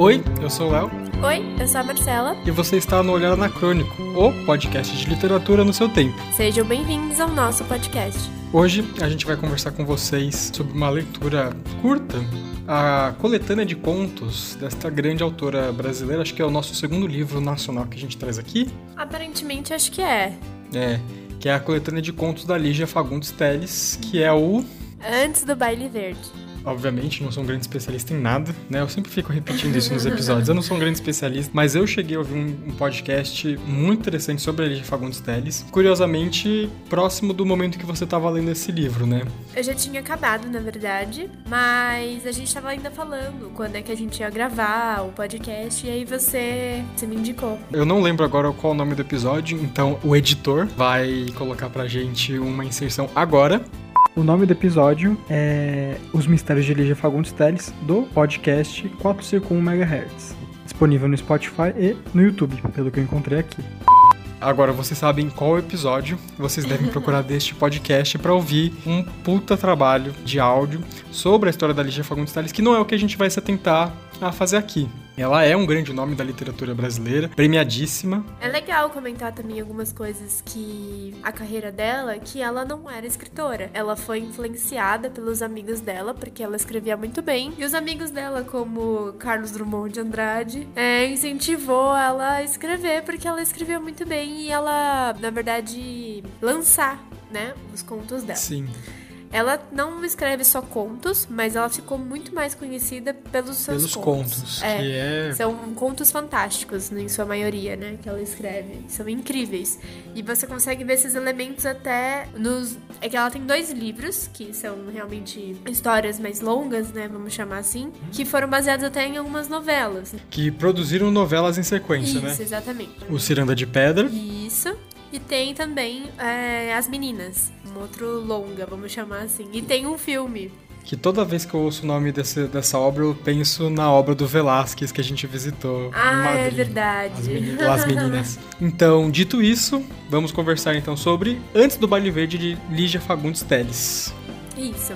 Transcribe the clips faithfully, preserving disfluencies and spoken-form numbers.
Oi, eu sou o Léo. Oi, eu sou a Marcela. E você está no Olhar Anacrônico, o podcast de literatura no seu tempo. Sejam bem-vindos ao nosso podcast. Hoje a gente vai conversar com vocês sobre uma leitura curta, a coletânea de contos desta grande autora brasileira. Acho que é o nosso segundo livro nacional que a gente traz aqui. Aparentemente, acho que é. É, que é a coletânea de contos da Lígia Fagundes Telles, que é o... Antes do Baile Verde. Obviamente, não sou um grande especialista em nada, né? Eu sempre fico repetindo isso nos episódios. Eu não sou um grande especialista, mas eu cheguei a ouvir um, um podcast muito interessante sobre a Lígia Fagundes Telles. Curiosamente, próximo do momento que você estava lendo esse livro, né? Eu já tinha acabado, na verdade, mas a gente estava ainda falando quando é que a gente ia gravar o podcast, e aí você, você me indicou. Eu não lembro agora qual é o nome do episódio, então o editor vai colocar pra gente uma inserção agora. O nome do episódio é Os Mistérios de Lígia Fagundes Telles, do podcast quatrocentos e cinquenta e um megahertz. Disponível no Spotify e no YouTube, pelo que eu encontrei aqui. Agora vocês sabem qual episódio vocês devem procurar deste podcast para ouvir um puta trabalho de áudio sobre a história da Lígia Fagundes Telles, que não é o que a gente vai se atentar a fazer aqui. Ela é um grande nome da literatura brasileira, premiadíssima. É legal comentar também algumas coisas que a carreira dela, que ela não era escritora. Ela foi influenciada pelos amigos dela, porque ela escrevia muito bem. E os amigos dela, como Carlos Drummond de Andrade, é, incentivou ela a escrever, porque ela escrevia muito bem e ela, na verdade, lançar, né, os contos dela. Sim. Ela não escreve só contos, mas ela ficou muito mais conhecida pelos seus pelos contos. contos, é, que é... São contos fantásticos, em sua maioria, né, que ela escreve. São incríveis. E você consegue ver esses elementos até nos... É que ela tem dois livros, que são realmente histórias mais longas, né, vamos chamar assim, que foram baseados até em algumas novelas. Que produziram novelas em sequência, Isso, né? Isso, exatamente. O Ciranda de Pedra. Isso. E tem também é, As Meninas, um outro longa, vamos chamar assim. E tem um filme. Que toda vez que eu ouço o nome desse, dessa obra, eu penso na obra do Velázquez que a gente visitou ah, em Madrid. É verdade. As Meninas. As Meninas. Então, dito isso, vamos conversar então sobre Antes do Baile Verde de Lígia Fagundes Telles. Isso.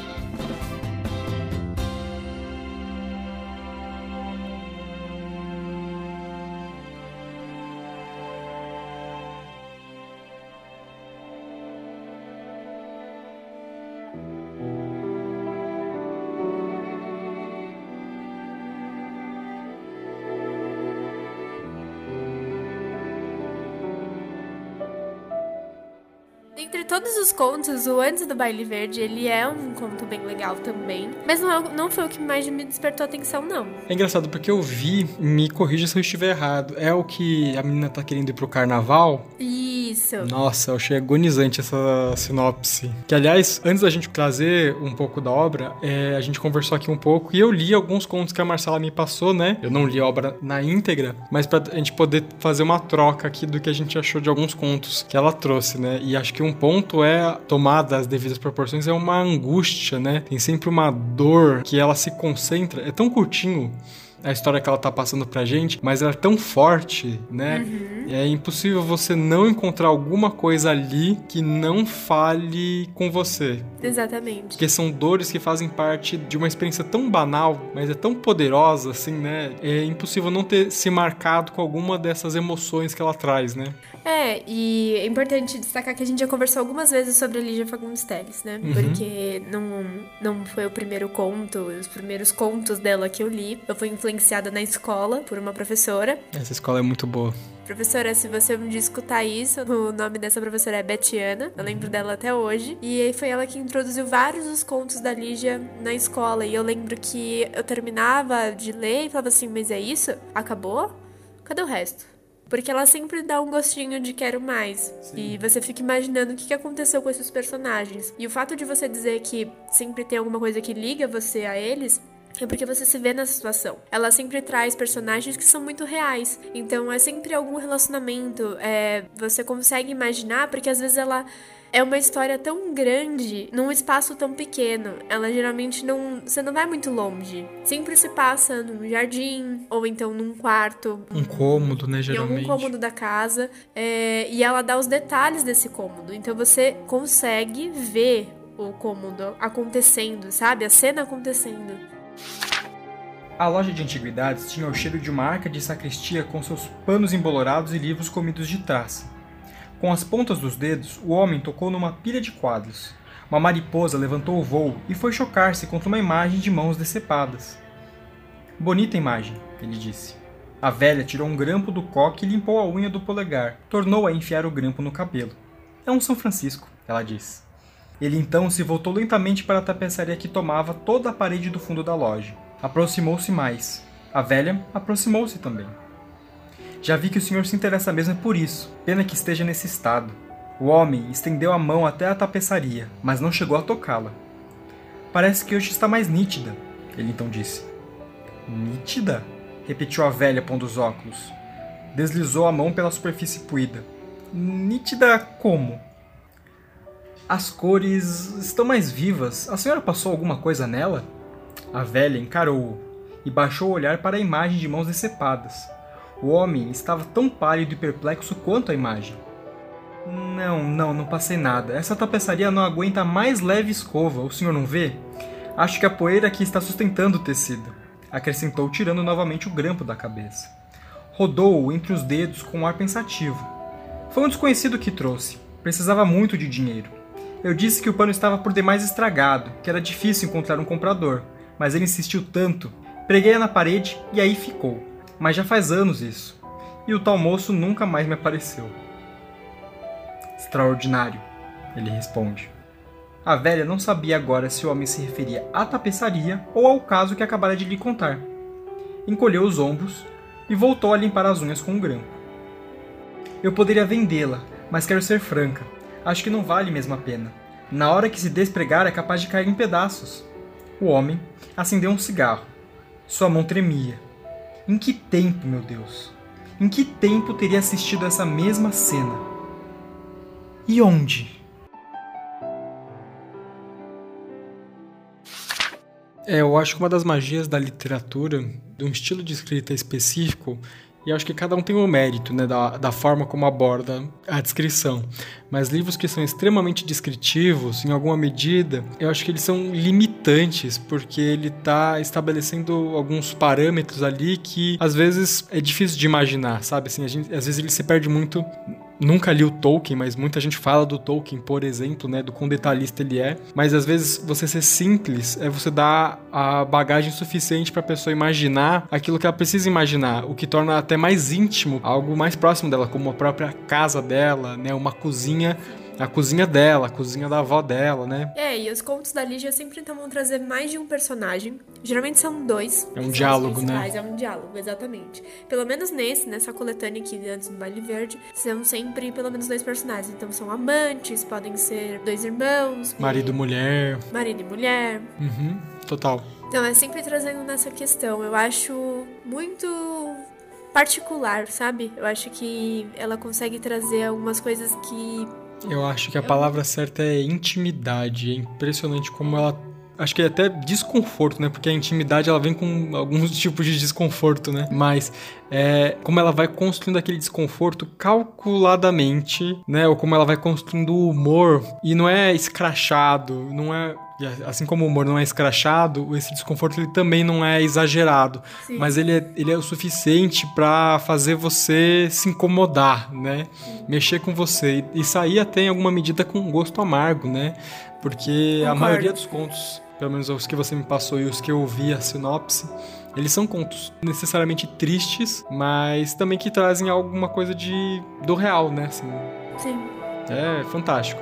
Entre todos os contos, o Antes do Baile Verde, ele é um conto bem legal também. Mas não, é, não foi o que mais me despertou atenção, não. É engraçado, porque eu vi, me corrija se eu estiver errado, é o que a menina tá querendo ir pro carnaval? Isso. Nossa, eu achei agonizante essa sinopse. Que, aliás, antes da gente trazer um pouco da obra, é, a gente conversou aqui um pouco e eu li alguns contos que a Marcela me passou, né? Eu não li a obra na íntegra, mas pra a gente poder fazer uma troca aqui do que a gente achou de alguns contos que ela trouxe, né? E acho que um ponto é, tomada as devidas proporções, é uma angústia, né? Tem sempre uma dor que ela se concentra. É tão curtinho a história que ela tá passando pra gente, mas ela é tão forte, né? Uhum. É impossível você não encontrar alguma coisa ali que não fale com você. Exatamente. Porque são dores que fazem parte de uma experiência tão banal, mas é tão poderosa, assim, né? É impossível não ter se marcado com alguma dessas emoções que ela traz, né? É, e é importante destacar que a gente já conversou algumas vezes sobre a Lígia Fagundes Telles, né? Uhum. Porque não, não foi o primeiro conto, os primeiros contos dela que eu li. Eu fui influenciada na escola por uma professora. Essa escola é muito boa. Professora, se você um dia escutar isso, o nome dessa professora é Betiana, eu lembro dela até hoje. E aí foi ela que introduziu vários dos contos da Lígia na escola. E eu lembro que eu terminava de ler e falava assim, mas é isso? Acabou? Cadê o resto? Porque ela sempre dá um gostinho de quero mais. Sim. E você fica imaginando o que aconteceu com esses personagens. E o fato de você dizer que sempre tem alguma coisa que liga você a eles... é porque você se vê nessa situação. Ela sempre traz personagens que são muito reais. Então é sempre algum relacionamento. É, você consegue imaginar, porque às vezes ela é uma história tão grande num espaço tão pequeno. Ela geralmente não... Você não vai muito longe. Sempre se passa num jardim, ou então num quarto. Um cômodo, né, geralmente. Em algum cômodo da casa. É, e ela dá os detalhes desse cômodo. Então você consegue ver o cômodo acontecendo, sabe? A cena acontecendo. A loja de antiguidades tinha o cheiro de uma arca de sacristia com seus panos embolorados e livros comidos de traça. Com as pontas dos dedos, o homem tocou numa pilha de quadros. Uma mariposa levantou o voo e foi chocar-se contra uma imagem de mãos decepadas. Bonita imagem, ele disse. A velha tirou um grampo do coque e limpou a unha do polegar. Tornou a enfiar o grampo no cabelo. É um São Francisco, ela disse. Ele então se voltou lentamente para a tapeçaria que tomava toda a parede do fundo da loja. Aproximou-se mais. A velha aproximou-se também. Já vi que o senhor se interessa mesmo por isso. Pena que esteja nesse estado. O homem estendeu a mão até a tapeçaria, mas não chegou a tocá-la. Parece que hoje está mais nítida, ele então disse. Nítida? Repetiu a velha, pondo os óculos. Deslizou a mão pela superfície puída. Nítida como? As cores estão mais vivas. A senhora passou alguma coisa nela? A velha encarou-o e baixou o olhar para a imagem de mãos decepadas. O homem estava tão pálido e perplexo quanto a imagem. Não, não, não passei nada. Essa tapeçaria não aguenta a mais leve escova, o senhor não vê? Acho que a poeira aqui está sustentando o tecido, acrescentou, tirando novamente o grampo da cabeça. Rodou-o entre os dedos com um ar pensativo. Foi um desconhecido que trouxe. Precisava muito de dinheiro. Eu disse que o pano estava por demais estragado, que era difícil encontrar um comprador, mas ele insistiu tanto. Preguei-a na parede e aí ficou. Mas já faz anos isso. E o tal moço nunca mais me apareceu. Extraordinário, ele responde. A velha não sabia agora se o homem se referia à tapeçaria ou ao caso que acabara de lhe contar. Encolheu os ombros e voltou a limpar as unhas com um grampo. Eu poderia vendê-la, mas quero ser franca. Acho que não vale mesmo a pena. Na hora que se despregar é capaz de cair em pedaços. O homem acendeu um cigarro. Sua mão tremia. Em que tempo, meu Deus? Em que tempo teria assistido essa mesma cena? E onde? É, eu acho que uma das magias da literatura, de um estilo de escrita específico, e acho que cada um tem um mérito, né, da, da forma como aborda a descrição. Mas livros que são extremamente descritivos, em alguma medida, eu acho que eles são limitantes, porque ele está estabelecendo alguns parâmetros ali que, às vezes, é difícil de imaginar, sabe? Assim, a gente, às vezes ele se perde muito. Nunca li o Tolkien, mas muita gente fala do Tolkien, por exemplo, né, do quão detalhista ele é. Mas às vezes você ser simples é você dar a bagagem suficiente para a pessoa imaginar aquilo que ela precisa imaginar, o que torna até mais íntimo, algo mais próximo dela, como a própria casa dela, né, uma cozinha, a cozinha dela, a cozinha da avó dela, né? É, e os contos da Lígia sempre tentam trazer mais de um personagem. Geralmente são dois. É um diálogo, né? É um diálogo, exatamente. Pelo menos nesse, nessa coletânea aqui, antes do Baile Verde, são sempre pelo menos dois personagens. Então são amantes, podem ser dois irmãos. Marido e mulher. Marido e mulher. Uhum, total. Então é sempre trazendo nessa questão. Eu acho muito particular, sabe? Eu acho que ela consegue trazer algumas coisas que... Eu acho que a palavra certa é intimidade. É impressionante como ela... Acho que é até desconforto, né? Porque a intimidade, ela vem com alguns tipos de desconforto, né? Mas é, como ela vai construindo aquele desconforto calculadamente, né? Ou como ela vai construindo o humor. E não é escrachado, não é... Assim como o humor não é escrachado, esse desconforto ele também não é exagerado. Sim. Mas ele é, ele é o suficiente para fazer você se incomodar, né? Sim. Mexer com você. E sair até em alguma medida com um gosto amargo, né? Porque Concordo. A maioria dos contos, pelo menos os que você me passou e os que eu vi a sinopse, eles são contos necessariamente tristes, mas também que trazem alguma coisa de, do real, né? Assim, Sim. É fantástico.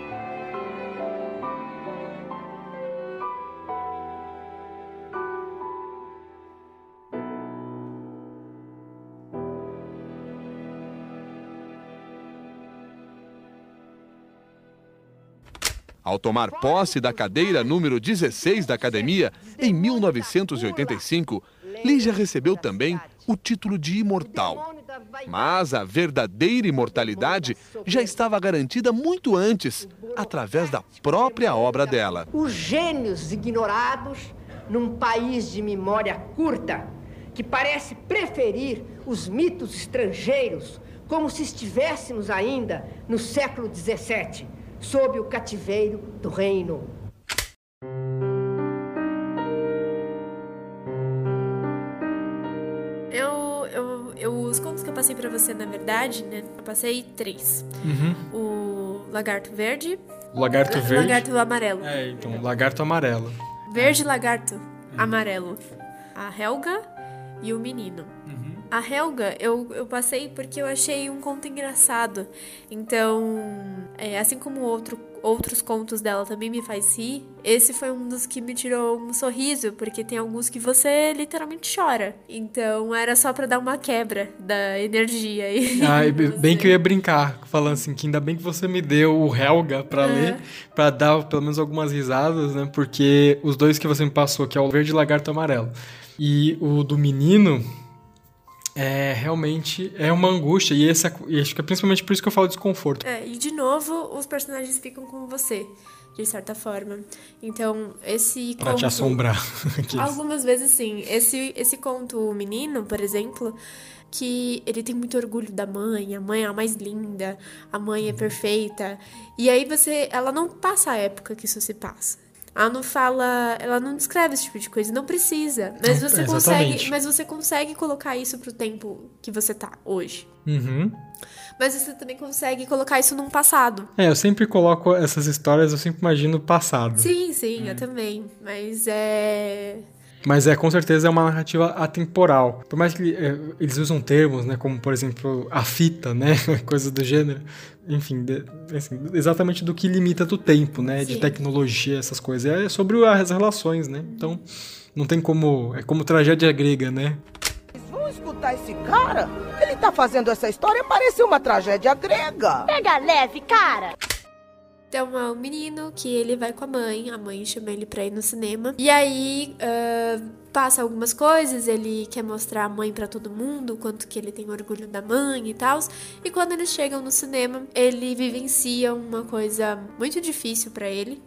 Ao tomar posse da cadeira número dezesseis da Academia, em mil novecentos e oitenta e cinco, Lígia recebeu também o título de imortal. Mas a verdadeira imortalidade já estava garantida muito antes, através da própria obra dela. Os gênios ignorados num país de memória curta, que parece preferir os mitos estrangeiros, como se estivéssemos ainda no século dezessete. Sob o cativeiro do reino. eu, eu, os contos que eu passei pra você, na verdade, né? Eu passei três. Uhum. O Lagarto Verde. O Lagarto Verde. Lagarto Amarelo. É, então, Lagarto Amarelo. Verde Lagarto é. Amarelo. A Helga e o Menino. Uhum. A Helga, eu, eu passei porque eu achei um conto engraçado. Então, é, assim como outro, outros contos dela também me faz rir, esse foi um dos que me tirou um sorriso, porque tem alguns que você literalmente chora. Então, era só pra dar uma quebra da energia. Ah, bem que eu ia brincar, falando assim, que ainda bem que você me deu o Helga pra uhum. ler, pra dar pelo menos algumas risadas, né? Porque os dois que você me passou, que é o Verde Lagarto Amarelo e o do Menino... É, realmente, é uma angústia, e, essa, e acho que é principalmente por isso que eu falo desconforto. É, e de novo, os personagens ficam com você, de certa forma. Então, esse pra conto... te assombrar. Algumas vezes, sim. Esse, esse conto, o Menino, por exemplo, que ele tem muito orgulho da mãe, a mãe é a mais linda, a mãe é perfeita, e aí você, ela não passa a época que isso se passa. Ela não fala, ela não descreve esse tipo de coisa, não precisa. Mas você Exatamente. consegue, mas você consegue colocar isso pro tempo que você tá hoje. Uhum. Mas você também consegue colocar isso num passado. É, eu sempre coloco essas histórias, eu sempre imagino o passado. Sim, sim, é. eu também. Mas é... Mas é, com certeza é uma narrativa atemporal. Por mais que é, eles usam termos, né, como, por exemplo, a fita, né, coisa do gênero. Enfim, de, assim, exatamente do que limita do tempo, né, Sim. de tecnologia, essas coisas. É sobre as relações, né, então não tem como... É como tragédia grega, né. Vocês vão escutar esse cara? Ele tá fazendo essa história parecer uma tragédia grega. Pega leve, cara! Então é um menino que ele vai com a mãe, a mãe chama ele pra ir no cinema. E aí uh, passa algumas coisas, ele quer mostrar a mãe pra todo mundo, o quanto que ele tem orgulho da mãe e tal. E quando eles chegam no cinema, ele vivencia uma coisa muito difícil pra ele.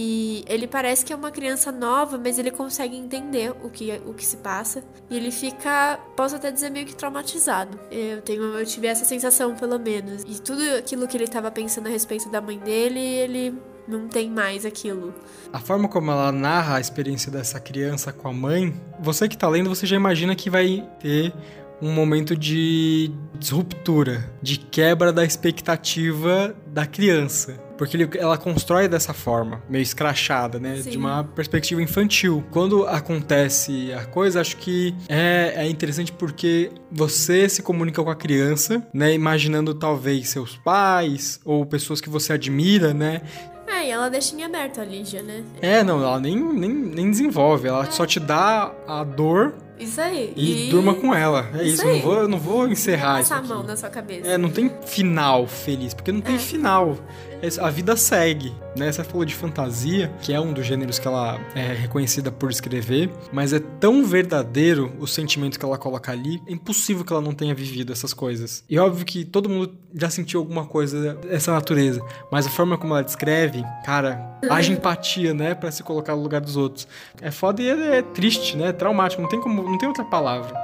E ele parece que é uma criança nova, mas ele consegue entender o que, o que se passa. E ele fica, posso até dizer, meio que traumatizado. Eu, tenho, eu tive essa sensação, pelo menos. E tudo aquilo que ele tava pensando a respeito da mãe dele, ele não tem mais aquilo. A forma como ela narra a experiência dessa criança com a mãe, você que tá lendo, você já imagina que vai ter um momento de disruptura, de quebra da expectativa da criança. Porque ele, ela constrói dessa forma, meio escrachada, né? Sim. De uma perspectiva infantil. Quando acontece a coisa, acho que é, é interessante porque você se comunica com a criança, né? Imaginando talvez seus pais ou pessoas que você admira, né? É, e ela deixa em aberto a Lígia, né? É, não, ela nem, nem, nem desenvolve, ela é. só te dá a dor. Isso aí. E, e durma com ela. É isso, isso. Eu não vou, eu não vou encerrar isso. Passar a mão na sua cabeça. É, não tem final feliz, porque não tem é. final. A vida segue, né? Você falou de fantasia, que é um dos gêneros que ela é reconhecida por escrever, mas é tão verdadeiro o sentimento que ela coloca ali, é impossível que ela não tenha vivido essas coisas. E óbvio que todo mundo já sentiu alguma coisa dessa natureza, mas a forma como ela descreve, cara, haja empatia, né? Pra se colocar no lugar dos outros. É foda e é, é triste, né? É traumático, não tem como, não tem outra palavra.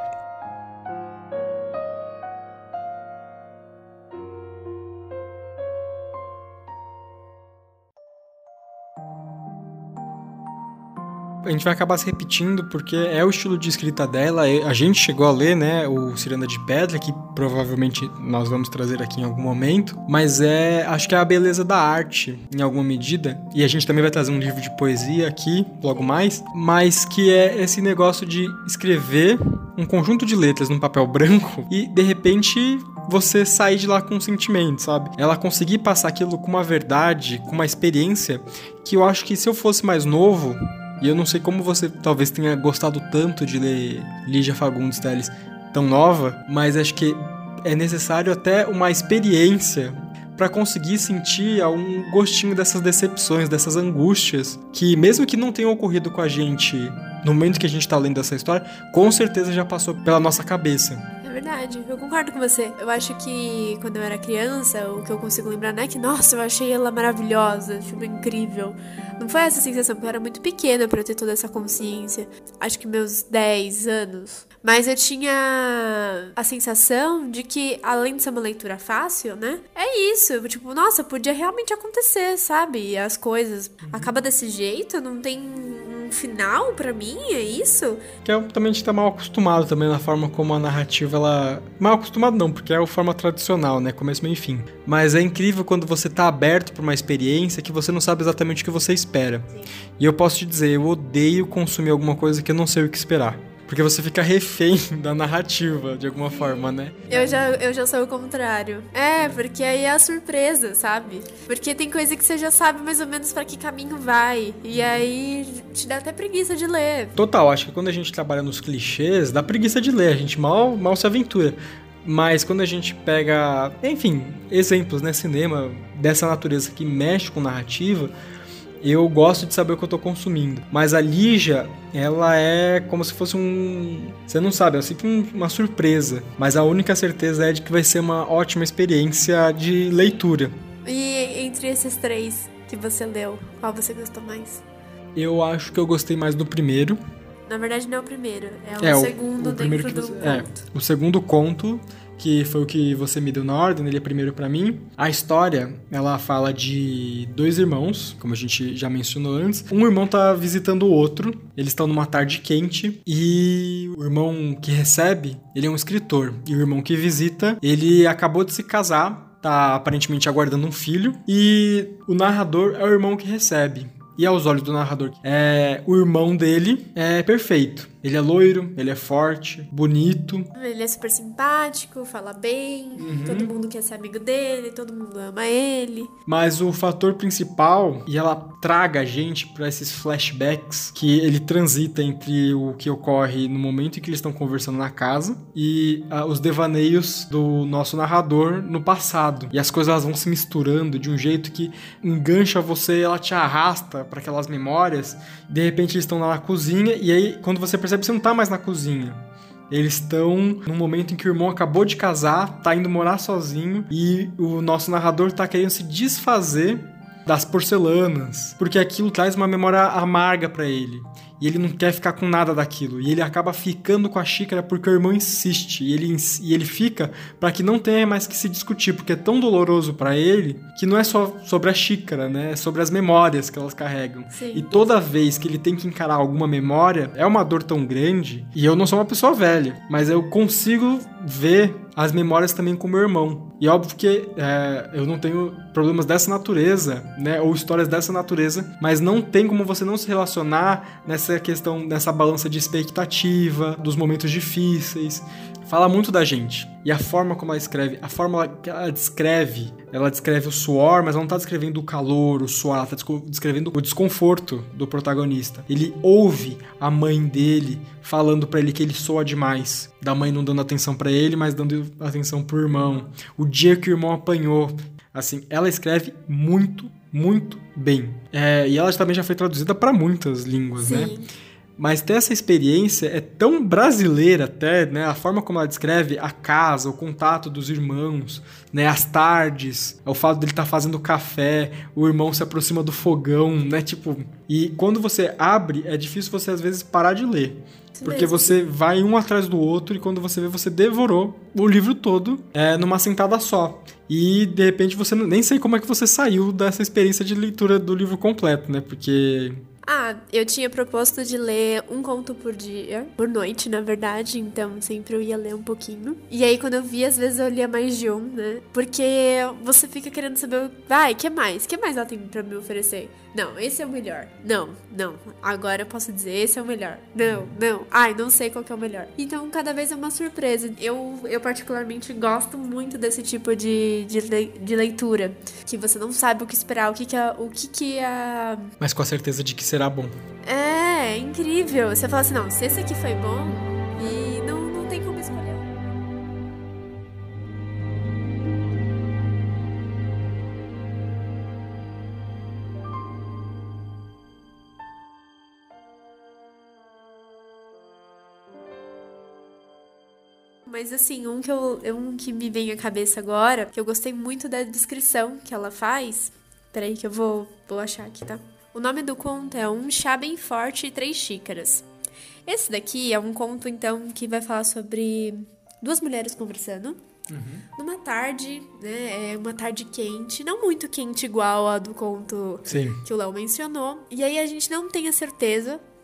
A gente vai acabar se repetindo porque é o estilo de escrita dela. A gente chegou a ler, né, o Ciranda de Pedra, que provavelmente nós vamos trazer aqui em algum momento, mas é, acho que é a beleza da arte em alguma medida, e a gente também vai trazer um livro de poesia aqui logo mais, mas que é esse negócio de escrever um conjunto de letras num papel branco e de repente você sair de lá com um sentimento, sabe? Ela conseguir passar aquilo com uma verdade, com uma experiência que eu acho que se eu fosse mais novo, e eu não sei como você talvez tenha gostado tanto de ler Lígia Fagundes Telles tão nova, mas acho que é necessário até uma experiência para conseguir sentir um gostinho dessas decepções, dessas angústias, que mesmo que não tenham ocorrido com a gente no momento que a gente tá lendo essa história, com certeza já passou pela nossa cabeça. É verdade, eu concordo com você. Eu acho que quando eu era criança, o que eu consigo lembrar não é que, nossa, eu achei ela maravilhosa, tipo, incrível. Não foi essa sensação, porque eu era muito pequena pra eu ter toda essa consciência. Acho que meus dez anos. Mas eu tinha a sensação de que, além de ser uma leitura fácil, né? É isso. Eu, tipo, nossa, podia realmente acontecer, sabe? As coisas. Acaba desse jeito, não tem... um final pra mim, é isso? Que é, também a gente tá mal acostumado também na forma como a narrativa, ela... Mal acostumado não, porque é a forma tradicional, né? Começo, meio e fim. Mas é incrível quando você tá aberto pra uma experiência que você não sabe exatamente o que você espera. Sim. E eu posso te dizer, eu odeio consumir alguma coisa que eu não sei o que esperar. Porque você fica refém da narrativa, de alguma forma, né? Eu já, eu já sou o contrário. É, porque aí é a surpresa, sabe? Porque tem coisa que você já sabe mais ou menos pra que caminho vai. E aí te dá até preguiça de ler. Total, acho que quando a gente trabalha nos clichês, dá preguiça de ler. A gente mal, mal se aventura. Mas quando a gente pega, enfim, exemplos, né? Cinema dessa natureza que mexe com narrativa... Eu gosto de saber o que eu tô consumindo. Mas a Lígia, ela é como se fosse um... Você não sabe, é sempre um, uma surpresa. Mas a única certeza é de que vai ser uma ótima experiência de leitura. E entre esses três que você leu, qual você gostou mais? Eu acho que eu gostei mais do primeiro. Na verdade não é o primeiro, é o é, segundo o, o dentro do você, conto. É, o segundo conto, que foi o que você me deu na ordem, ele é primeiro pra mim. A história, ela fala de dois irmãos, como a gente já mencionou antes. Um irmão tá visitando o outro, eles estão numa tarde quente, e o irmão que recebe, ele é um escritor. E o irmão que visita, ele acabou de se casar, tá aparentemente aguardando um filho, e o narrador é o irmão que recebe. E aos olhos do narrador, é, o irmão dele é perfeito. Ele é loiro, ele é forte, bonito. Ele é super simpático, fala bem, uhum. Todo mundo quer ser amigo dele, todo mundo ama ele. Mas o fator principal, e ela traga a gente para esses flashbacks que ele transita entre o que ocorre no momento em que eles estão conversando na casa e uh, os devaneios do nosso narrador no passado. E as coisas elas vão se misturando de um jeito que engancha você, ela te arrasta para aquelas memórias. De repente eles estão lá na cozinha e aí quando você percebe que você não tá mais na cozinha. Eles estão num momento em que o irmão acabou de casar, tá indo morar sozinho e o nosso narrador tá querendo se desfazer das porcelanas, porque aquilo traz uma memória amarga pra ele. E ele não quer ficar com nada daquilo. E ele acaba ficando com a xícara porque o irmão insiste. E ele, e ele fica para que não tenha mais que se discutir. Porque é tão doloroso para ele que não é só sobre a xícara, né? É sobre as memórias que elas carregam. Sim. E toda vez que ele tem que encarar alguma memória, é uma dor tão grande. E eu não sou uma pessoa velha, mas eu consigo ver as memórias também com meu irmão. E óbvio que é, eu não tenho problemas dessa natureza, né? Ou histórias dessa natureza, mas não tem como você não se relacionar nessa questão, nessa balança de expectativa, dos momentos difíceis. Fala muito da gente. E a forma como ela escreve, a forma que ela descreve, ela descreve o suor, mas ela não tá descrevendo o calor, o suor, ela tá descrevendo o desconforto do protagonista. Ele ouve a mãe dele falando pra ele que ele soa demais. Da mãe não dando atenção pra ele, mas dando atenção pro irmão. O dia que o irmão apanhou. Assim, ela escreve muito, muito bem. É, e ela também já foi traduzida pra muitas línguas, Sim. né? Mas ter essa experiência é tão brasileira até, né? A forma como ela descreve a casa, o contato dos irmãos, né? As tardes, o fato dele estar tá fazendo café, o irmão se aproxima do fogão, né? Tipo, e quando você abre, é difícil você às vezes parar de ler. Isso porque mesmo. Você vai um atrás do outro e quando você vê, você devorou o livro todo é, numa sentada só. E, de repente, você nem sei como é que você saiu dessa experiência de leitura do livro completo, né? Porque... Ah, eu tinha proposto de ler um conto por dia, por noite, na verdade, então sempre eu ia ler um pouquinho. E aí, quando eu vi, às vezes eu lia mais de um, né? Porque você fica querendo saber, vai, o que mais? O que mais ela tem pra me oferecer? Não, esse é o melhor. Não, não, agora eu posso dizer, esse é o melhor. Não, não, ai, não sei qual que é o melhor. Então, cada vez é uma surpresa. Eu, eu particularmente, gosto muito desse tipo de, de, le, de leitura, que você não sabe o que esperar, o que que a... O que que a... Mas com a certeza de que será bom. É, é incrível. Você fala assim, não, se esse aqui foi bom, e não, não tem como escolher. Mas assim, um que, eu, um que me vem à cabeça agora, que eu gostei muito da descrição que ela faz. Peraí que eu vou, vou achar aqui, tá? O nome do conto é Um Chá Bem Forte e Três Xícaras. Esse daqui é um conto, então, que vai falar sobre duas mulheres conversando. Uhum. Numa tarde, né? É uma tarde quente. Não muito quente igual a do conto Sim. que o Léo mencionou. E aí a gente não tem a certeza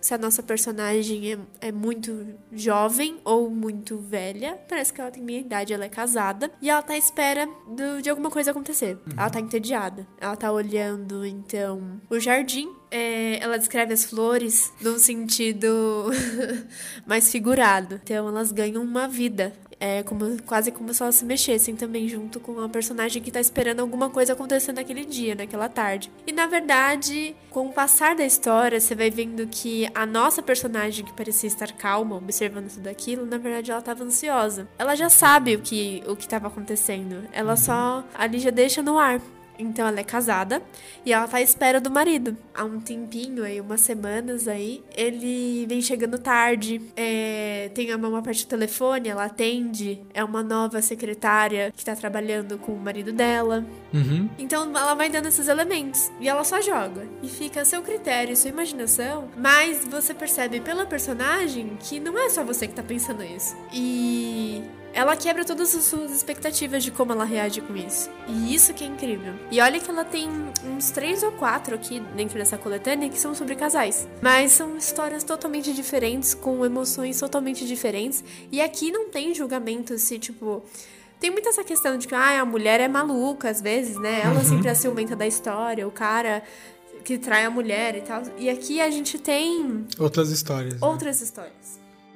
se a nossa personagem é, é muito jovem ou muito velha. Parece que ela tem minha idade, ela é casada. E ela tá à espera do, de alguma coisa acontecer. Uhum. Ela tá entediada. Ela tá olhando, então, o jardim. É, ela descreve as flores num sentido mais figurado. Então, elas ganham uma vida. É como, quase como se elas se mexessem também junto com a personagem que tá esperando alguma coisa acontecer naquele dia, naquela tarde. E na verdade, com o passar da história, você vai vendo que a nossa personagem, que parecia estar calma, observando tudo aquilo, na verdade ela tava ansiosa. Ela já sabe o que, o que tava acontecendo. Ela só ali já deixa no ar. Então ela é casada e ela tá à espera do marido. Há um tempinho aí, umas semanas aí, ele vem chegando tarde, é, tem uma parte do telefone, ela atende, é uma nova secretária que tá trabalhando com o marido dela. Uhum. Então ela vai dando esses elementos e ela só joga. E fica a seu critério, sua imaginação, mas você percebe pela personagem que não é só você que tá pensando isso. E... ela quebra todas as suas expectativas de como ela reage com isso. E isso que é incrível. E olha que ela tem uns três ou quatro aqui dentro dessa coletânea que são sobre casais. Mas são histórias totalmente diferentes, com emoções totalmente diferentes. E aqui não tem julgamento se, tipo... tem muito essa questão de que ah, a mulher é maluca, às vezes, né? Ela uhum. sempre é a ciumenta da história, o cara que trai a mulher e tal. E aqui a gente tem... outras histórias. Outras né? histórias.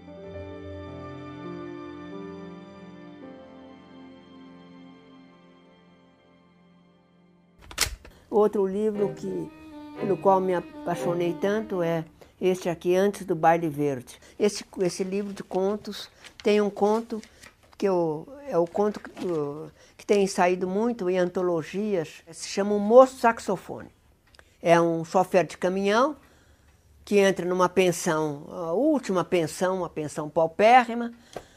Outro livro que, pelo qual me apaixonei tanto é este aqui, Antes do Baile Verde. Esse, esse livro de contos tem um conto que eu, é o conto que, que tem saído muito em antologias, se chama O Moço Saxofone. É um chofer de caminhão que entra numa pensão, a última pensão, uma pensão paupérrima,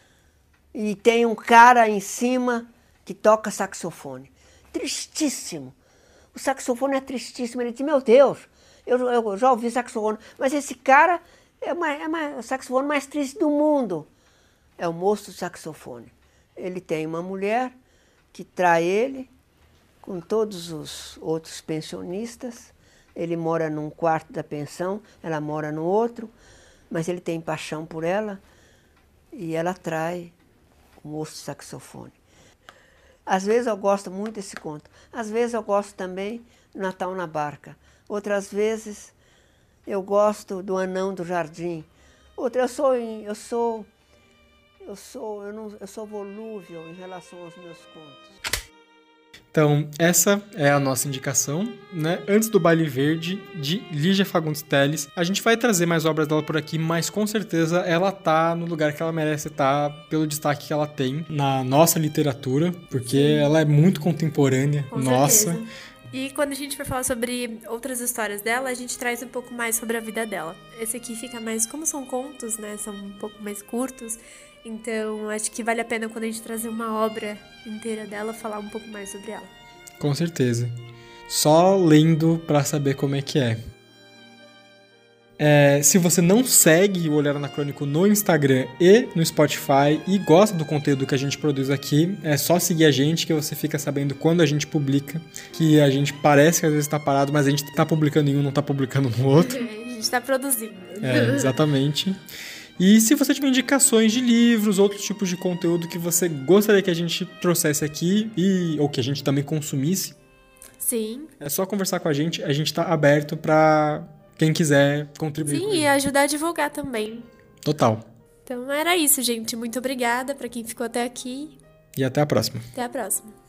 e tem um cara em cima que toca saxofone. Tristíssimo. O saxofone é tristíssimo. Ele diz, meu Deus, eu, eu já ouvi saxofone, mas esse cara é, uma, é uma, o saxofone mais triste do mundo. É o moço do saxofone. Ele tem uma mulher que trai ele com todos os outros pensionistas. Ele mora num quarto da pensão, ela mora no outro, mas ele tem paixão por ela e ela trai o moço do saxofone. Às vezes eu gosto muito desse conto. Às vezes eu gosto também do Natal na Barca. Outras vezes eu gosto do Anão do Jardim. Outra, eu sou, eu sou, eu sou, eu não, eu sou volúvel em relação aos meus contos. Então, essa é a nossa indicação, né? Antes do Baile Verde, de Lígia Fagundes Telles. A gente vai trazer mais obras dela por aqui, mas com certeza ela tá no lugar que ela merece estar pelo destaque que ela tem na nossa literatura, porque Sim. ela é muito contemporânea, com nossa. Certeza. E quando a gente for falar sobre outras histórias dela, a gente traz um pouco mais sobre a vida dela. Esse aqui fica mais, como são contos, né? São um pouco mais curtos. Então, acho que vale a pena quando a gente trazer uma obra inteira dela, falar um pouco mais sobre ela. Com certeza. Só lendo pra saber como é que é. É, se você não segue o Olhar Anacrônico no Instagram e no Spotify e gosta do conteúdo que a gente produz aqui, é só seguir a gente que você fica sabendo quando a gente publica, que a gente parece que às vezes tá parado, mas a gente tá publicando em um, não tá publicando no outro. A gente tá produzindo. É, exatamente. E se você tiver indicações de livros, outros tipos de conteúdo que você gostaria que a gente trouxesse aqui, e, ou que a gente também consumisse, Sim. é só conversar com a gente, a gente tá aberto pra quem quiser contribuir. Sim, e ajudar a divulgar também. Total. Então era isso, gente. Muito obrigada pra quem ficou até aqui. E até a próxima. Até a próxima.